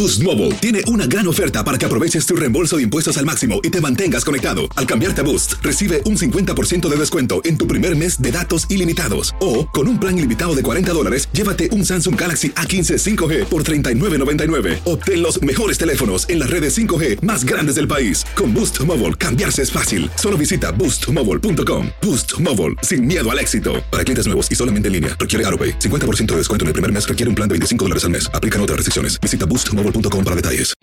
Boost Mobile tiene una gran oferta para que aproveches tu reembolso de impuestos al máximo y te mantengas conectado. Al cambiarte a Boost, recibe un 50% de descuento en tu primer mes de datos ilimitados. O, con un plan ilimitado de $40, llévate un Samsung Galaxy A15 5G por $39.99. Obtén los mejores teléfonos en las redes 5G más grandes del país. Con Boost Mobile, cambiarse es fácil. Solo visita boostmobile.com. Boost Mobile, sin miedo al éxito. Para clientes nuevos y solamente en línea, requiere AroPay. 50% de descuento en el primer mes requiere un plan de $25 al mes. Aplican otras restricciones. Visita boostmobile.com para detalles.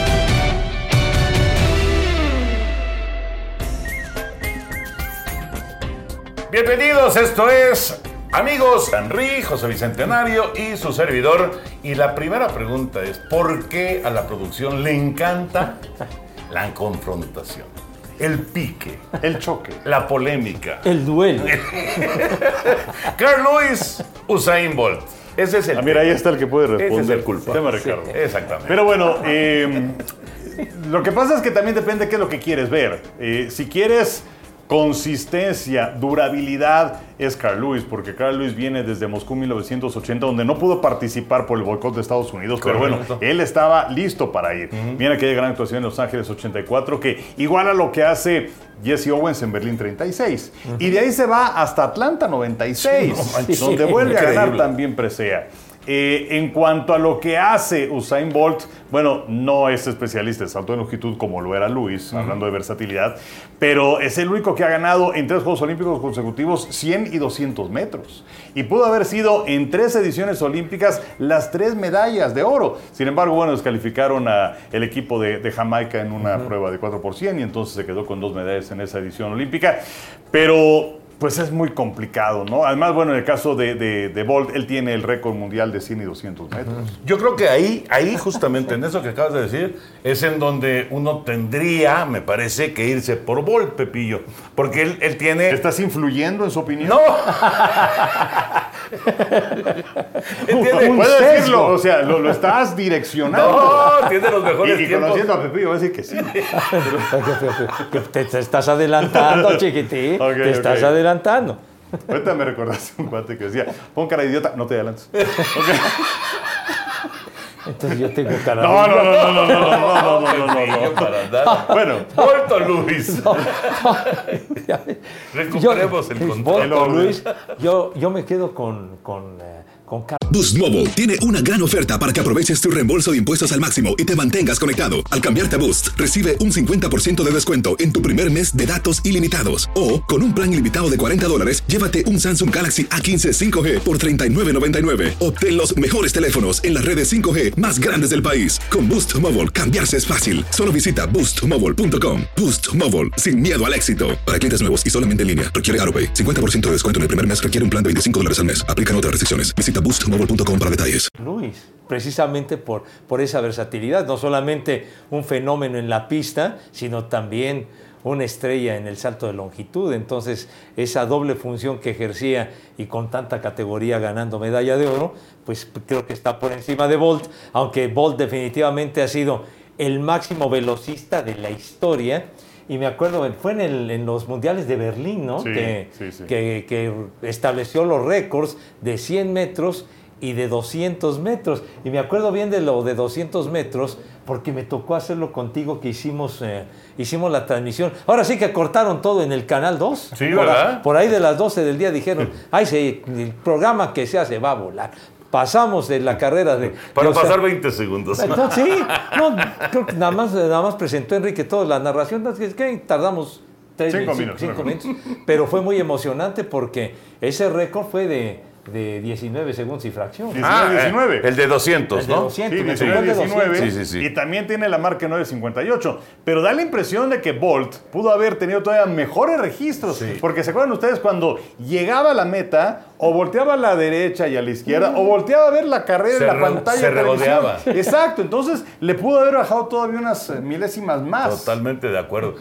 Bienvenidos, esto es Amigos, Henry, José Bicentenario y su servidor. Y la primera pregunta es, ¿por qué a la producción le encanta la confrontación? El pique, el choque, la polémica, el duelo. Carl Lewis, Usain Bolt. Ese es el mira, ahí está el que puede responder. Ese es el culpable. Tema Ricardo. Sí, exactamente. Pero bueno, lo que pasa es que también depende de qué es lo que quieres ver. Si quieres consistencia, durabilidad, es Carl Lewis, porque Carl Lewis viene desde Moscú 1980, donde no pudo participar por el boicot de Estados Unidos, pero bueno, él estaba listo para ir. Mira aquella gran actuación en Los Ángeles 84, que iguala lo que hace Jesse Owens en Berlín 36. Y de ahí se va hasta Atlanta 96, donde vuelve a ganar también presea. En cuanto a lo que hace Usain Bolt, bueno, no es especialista en salto de longitud como lo era Lewis, hablando de versatilidad, pero es el único que ha ganado en 3 Juegos Olímpicos consecutivos 100 y 200 metros. Y pudo haber sido en 3 ediciones olímpicas las 3 medallas de oro. Sin embargo, bueno, descalificaron al equipo de Jamaica en una prueba de 4x100 y entonces se quedó con 2 medallas en esa edición olímpica. Pero pues es muy complicado, ¿no? Además, bueno, en el caso de Bolt, él tiene el récord mundial de 100 y 200 metros. Yo creo que ahí justamente en eso que acabas de decir, es en donde uno tendría, me parece, que irse por Bolt, Pepillo. Porque él tiene... ¿Estás influyendo en su opinión? ¡No! Puedes decirlo, o sea, lo estás direccionando. No, tiene los mejores tiempos. Y conociendo a Pepillo, va a decir que sí. Te estás adelantando, chiquitín. Te estás adelantando. Ahorita me recordaste un cuate que decía, pon cara de idiota, no te adelantes. Entonces yo tengo cara No. Bueno, Puerto Luis. Recuperemos el control. Luis, yo me quedo con Boost Mobile tiene una gran oferta para que aproveches tu reembolso de impuestos al máximo y te mantengas conectado. Al cambiarte a Boost, recibe un 50% de descuento en tu primer mes de datos ilimitados. O, con un plan ilimitado de $40, llévate un Samsung Galaxy A15 5G por $39.99. Obtén los mejores teléfonos en las redes 5G más grandes del país. Con Boost Mobile, cambiarse es fácil. Solo visita boostmobile.com. Boost Mobile, sin miedo al éxito. Para clientes nuevos y solamente en línea, requiere AroPay. 50% de descuento en el primer mes requiere un plan de $25 al mes. Aplican otras restricciones. Visita boostmobile.com para detalles. Luis, precisamente por esa versatilidad, no solamente un fenómeno en la pista, sino también una estrella en el salto de longitud. Entonces, esa doble función que ejercía y con tanta categoría ganando medalla de oro, pues creo que está por encima de Bolt, aunque Bolt definitivamente ha sido el máximo velocista de la historia. Y me acuerdo, fue en los mundiales de Berlín, ¿no? Sí. Que estableció los récords de 100 metros y de 200 metros. Y me acuerdo bien de lo de 200 metros porque me tocó hacerlo contigo, que hicimos la transmisión. Ahora sí que cortaron todo en el Canal 2. Sí, ¿verdad? Por ahí de las 12 del día dijeron, el programa que sea se va a volar. Pasamos de la carrera de... Para pasar 20 segundos. Entonces, sí, creo que nada más presentó Enrique toda la narración. Es que tardamos 5 minutos. Pero fue muy emocionante porque ese récord fue de 19 segundos y fracción. 19. El de 200, ¿no? Sí, 19. Sí. Y también tiene la marca 9.58. Pero da la impresión de que Bolt pudo haber tenido todavía mejores registros. Sí. Porque ¿se acuerdan ustedes cuando llegaba a la meta o volteaba a la derecha y a la izquierda o volteaba a ver la carrera en la pantalla? Se regodeaba. Exacto. Entonces le pudo haber bajado todavía unas milésimas más. Totalmente de acuerdo.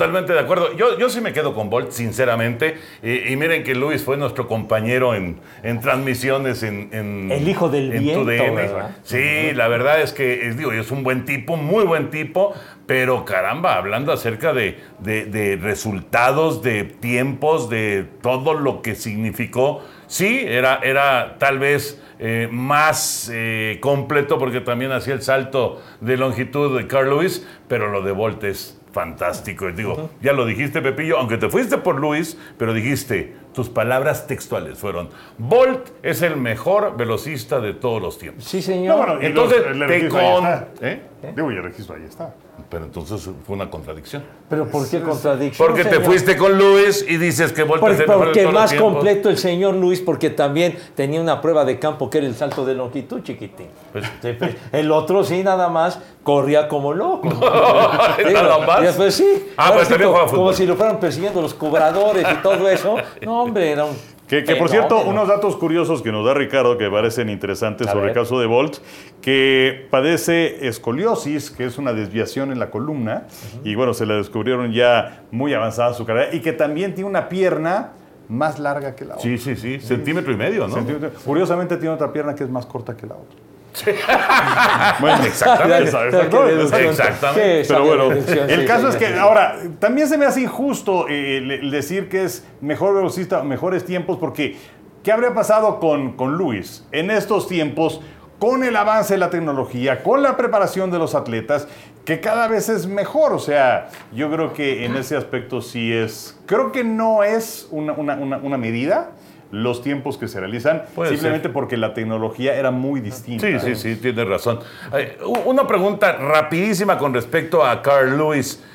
Yo sí me quedo con Bolt, sinceramente. Y miren que Luis fue nuestro compañero en transmisiones en el hijo del viento, TUDN. ¿verdad? Sí, la verdad es que es un buen tipo, muy buen tipo, pero caramba, hablando acerca de resultados, de tiempos, de todo lo que significó, sí, era tal vez más completo porque también hacía el salto de longitud de Carl Lewis, pero lo de Bolt es fantástico. Digo, ya lo dijiste, Pepillo, aunque te fuiste por Lewis, pero dijiste, tus palabras textuales fueron, Bolt es el mejor velocista de todos los tiempos. Sí, señor. No, bueno, Entonces, Digo, y el registro ahí está. Pero entonces fue una contradicción. ¿Pero por qué contradicción? Porque te señor? fuiste con Lewis y dices que Bolt es el mejor de Porque todos los más tiempos. completo el señor Luis, porque también tenía una prueba de campo que era el salto de longitud, chiquitín. Pues- El otro sí, nada más, corría como loco. Nada más. Y después sí. Ah, ahora pues sí, también juega como fútbol. si lo fueran persiguiendo los cobradores y todo eso. No, hombre, era un... Que por cierto, fenómeno. unos datos curiosos que nos da Ricardo que parecen interesantes A sobre el ver. caso de Bolt, que padece escoliosis, que es una desviación en la columna, y bueno, se la descubrieron ya muy avanzada su carrera, y que también tiene una pierna más larga que la otra. Sí, centímetro y medio, ¿no? Curiosamente tiene otra pierna que es más corta que la otra. Bueno, exactamente. Exactamente. Pero bueno, el Sí, caso sí, es que sí. ahora también se me hace injusto el decir que es mejor velocista, mejores tiempos, porque ¿qué habría pasado con Lewis en estos tiempos, con el avance de la tecnología, con la preparación de los atletas, que cada vez es mejor? O sea, yo creo que en ese aspecto sí es, creo que no es una medida los tiempos que se realizan, Puede simplemente ser. porque la tecnología era muy distinta. Sí, tienes razón. Una pregunta rapidísima con respecto a Carl Lewis.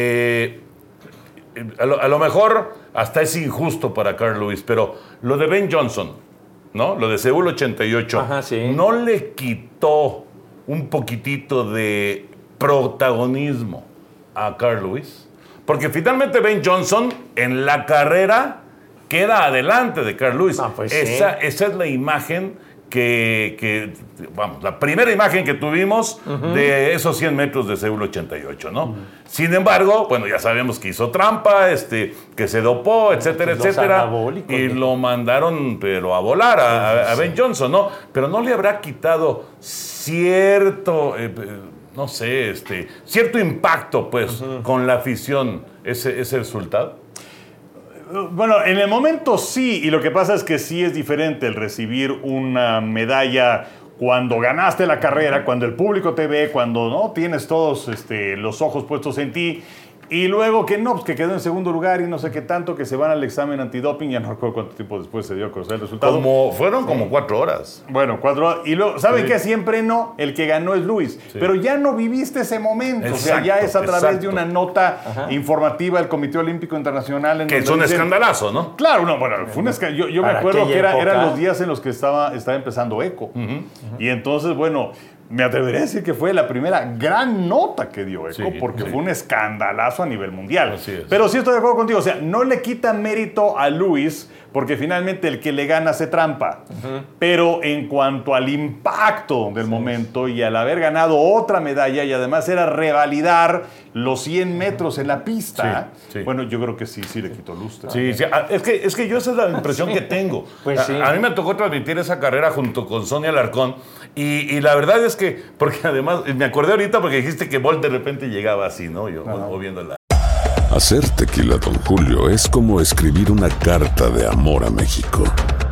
A lo mejor hasta es injusto para Carl Lewis, pero lo de Ben Johnson, ¿no? Lo de Seúl 88, Ajá, sí. ¿no le quitó un poquitito de protagonismo a Carl Lewis? Porque finalmente Ben Johnson en la carrera queda adelante de Carl Lewis. Ah, pues sí. Esa es la imagen vamos, la primera imagen que tuvimos de esos 100 metros de Seúl 88, ¿no? Sin embargo, bueno, ya sabemos que hizo trampa, que se dopó, etcétera, Los etcétera. anabólicos, Y ¿no? lo mandaron, pero a volar a Ben Johnson, ¿no? Pero no le habrá quitado cierto, no sé, cierto impacto, pues, con la afición, ese resultado. Bueno, en el momento sí, y lo que pasa es que sí es diferente el recibir una medalla cuando ganaste la carrera, cuando el público te ve, cuando no tienes todos los ojos puestos en ti, y luego que no, pues que quedó en segundo lugar y no sé qué tanto, que se van al examen antidoping, ya no recuerdo cuánto tiempo después se dio a conocer el resultado. Fueron como 4 horas. Bueno, 4 horas. Y luego, ¿saben Sí. qué? Siempre no, el que ganó es Luis. Sí. Pero ya no viviste ese momento. O sea, ya Exacto, es a través exacto. de una nota informativa del Comité Olímpico Internacional. En Que es donde un dicen- escandalazo, ¿no? Claro, no, bueno, fue un escándalo. Yo me Para acuerdo que aquella eran época. los días en los que estaba empezando Eco. Y entonces, bueno, me atrevería a decir que fue la primera gran nota que dio Eco, Sí, porque sí. fue un escandalazo a nivel mundial. Así es. Pero sí estoy de acuerdo contigo, o sea, no le quita mérito a Luis, porque finalmente el que le gana hace trampa. Pero en cuanto al impacto del momento y al haber ganado otra medalla y además era revalidar los 100 metros en la pista, Sí, sí. bueno, yo creo que sí le quitó lustre. Sí, sí. Es que yo esa es la impresión que tengo. Pues sí. A mí me tocó transmitir esa carrera junto con Sonia Alarcón y la verdad es que, porque además, me acordé ahorita porque dijiste que Bolt de repente llegaba así, ¿no? Yo o viéndola. Hacer tequila Don Julio es como escribir una carta de amor a México.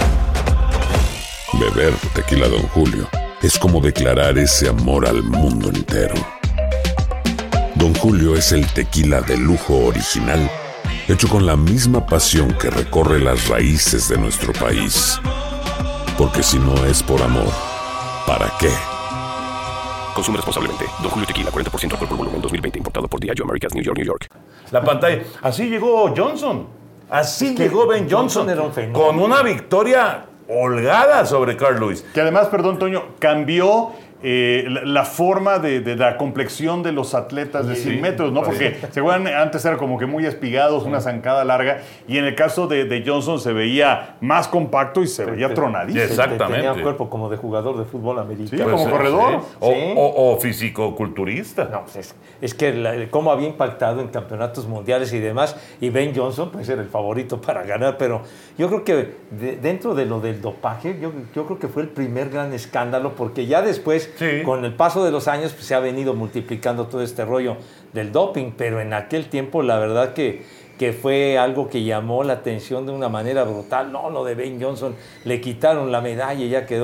Beber tequila Don Julio es como declarar ese amor al mundo entero. Don Julio es el tequila de lujo original, hecho con la misma pasión que recorre las raíces de nuestro país. Porque si no es por amor, ¿para qué? Consume responsablemente. Don Julio Tequila, 40% alcohol por volumen, 2020. Importado por Diageo Americas, New York, New York. La pantalla. Así llegó Johnson. Así que llegó Ben Johnson. Johnson era un fenómeno. Con una victoria holgada sobre Carl Lewis. Que además, perdón, Toño, cambió la forma de la complexión de los atletas de 100 metros, ¿no? Porque seguramente antes era como que muy espigados, una zancada larga, y en el caso de Johnson se veía más compacto y se veía tronadísimo. Exactamente. Tenía un cuerpo como de jugador de fútbol americano. Sí, como corredor. Sí. O, Sí. o fisicoculturista. No, pues es que cómo había impactado en campeonatos mundiales y demás, y Ben Johnson pues era el favorito para ganar, pero yo creo que dentro de lo del dopaje, yo creo que fue el primer gran escándalo, porque ya después, Sí. con el paso de los años, pues, se ha venido multiplicando todo este rollo del doping, pero en aquel tiempo la verdad que fue algo que llamó la atención de una manera brutal. No, lo de Ben Johnson, le quitaron la medalla y ya quedó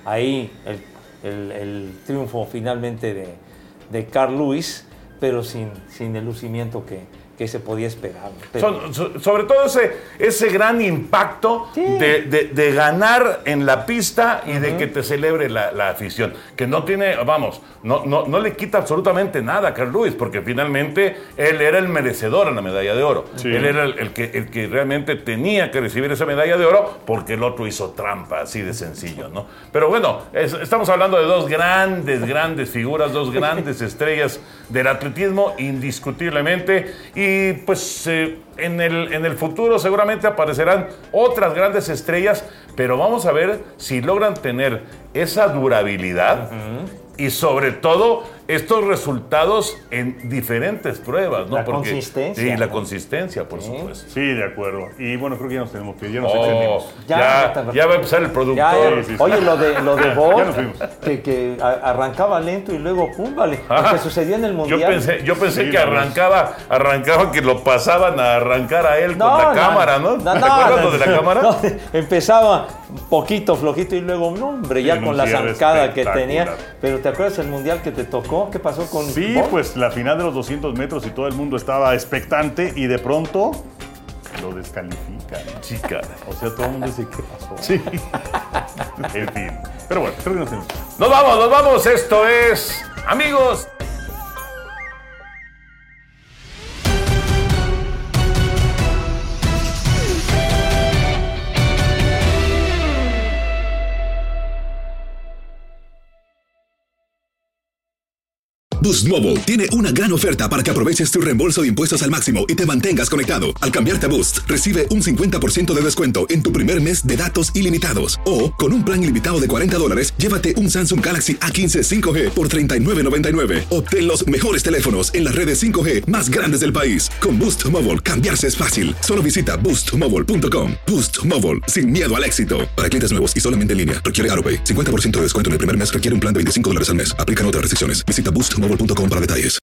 ahí el triunfo finalmente de Carl Lewis, pero sin el lucimiento que se podía esperar. Sobre todo ese gran impacto de ganar en la pista y de que te celebre la afición, que no tiene, no le quita absolutamente nada a Carl Lewis, porque finalmente él era el merecedor en la medalla de oro. Sí. Él era el que realmente tenía que recibir esa medalla de oro, porque el otro hizo trampa, así de sencillo, ¿no? Pero bueno, estamos hablando de dos grandes figuras, dos grandes estrellas del atletismo, indiscutiblemente, y pues en el futuro seguramente aparecerán otras grandes estrellas, pero vamos a ver si logran tener esa durabilidad y sobre todo estos resultados en diferentes pruebas, ¿no? La consistencia. Sí, la consistencia, por supuesto. Sí, de acuerdo. Y bueno, creo que ya nos tenemos que ir, ya nos extendimos. Ya va a empezar el productor. Sí. Oye, lo de Bolt, que arrancaba lento y luego pum, vale. Lo que sucedía en el Mundial. Yo pensé que arrancaba que lo pasaban a arrancar a él con la cámara, ¿no? ¿Te acuerdas de la cámara? No, empezaba un poquito flojito y luego, ya con la zancada que tenía. Pero ¿te acuerdas el Mundial que te tocó? ¿Qué pasó con Sí, Bolt? Pues la final de los 200 metros y todo el mundo estaba expectante y de pronto lo descalifican. Chica. O sea, todo el mundo dice, ¿qué pasó? Sí. En fin. Pero bueno, creo que nos tenemos. Nos vamos. Esto es Amigos. Boost Mobile tiene una gran oferta para que aproveches tu reembolso de impuestos al máximo y te mantengas conectado. Al cambiarte a Boost, recibe un 50% de descuento en tu primer mes de datos ilimitados. O, con un plan ilimitado de $40, llévate un Samsung Galaxy A15 5G por $39.99. Obtén los mejores teléfonos en las redes 5G más grandes del país. Con Boost Mobile, cambiarse es fácil. Solo visita boostmobile.com. Boost Mobile, sin miedo al éxito. Para clientes nuevos y solamente en línea, requiere AutoPay. 50% de descuento en el primer mes, requiere un plan de $25 al mes. Aplican otras restricciones. Visita boostmobile.com para detalles.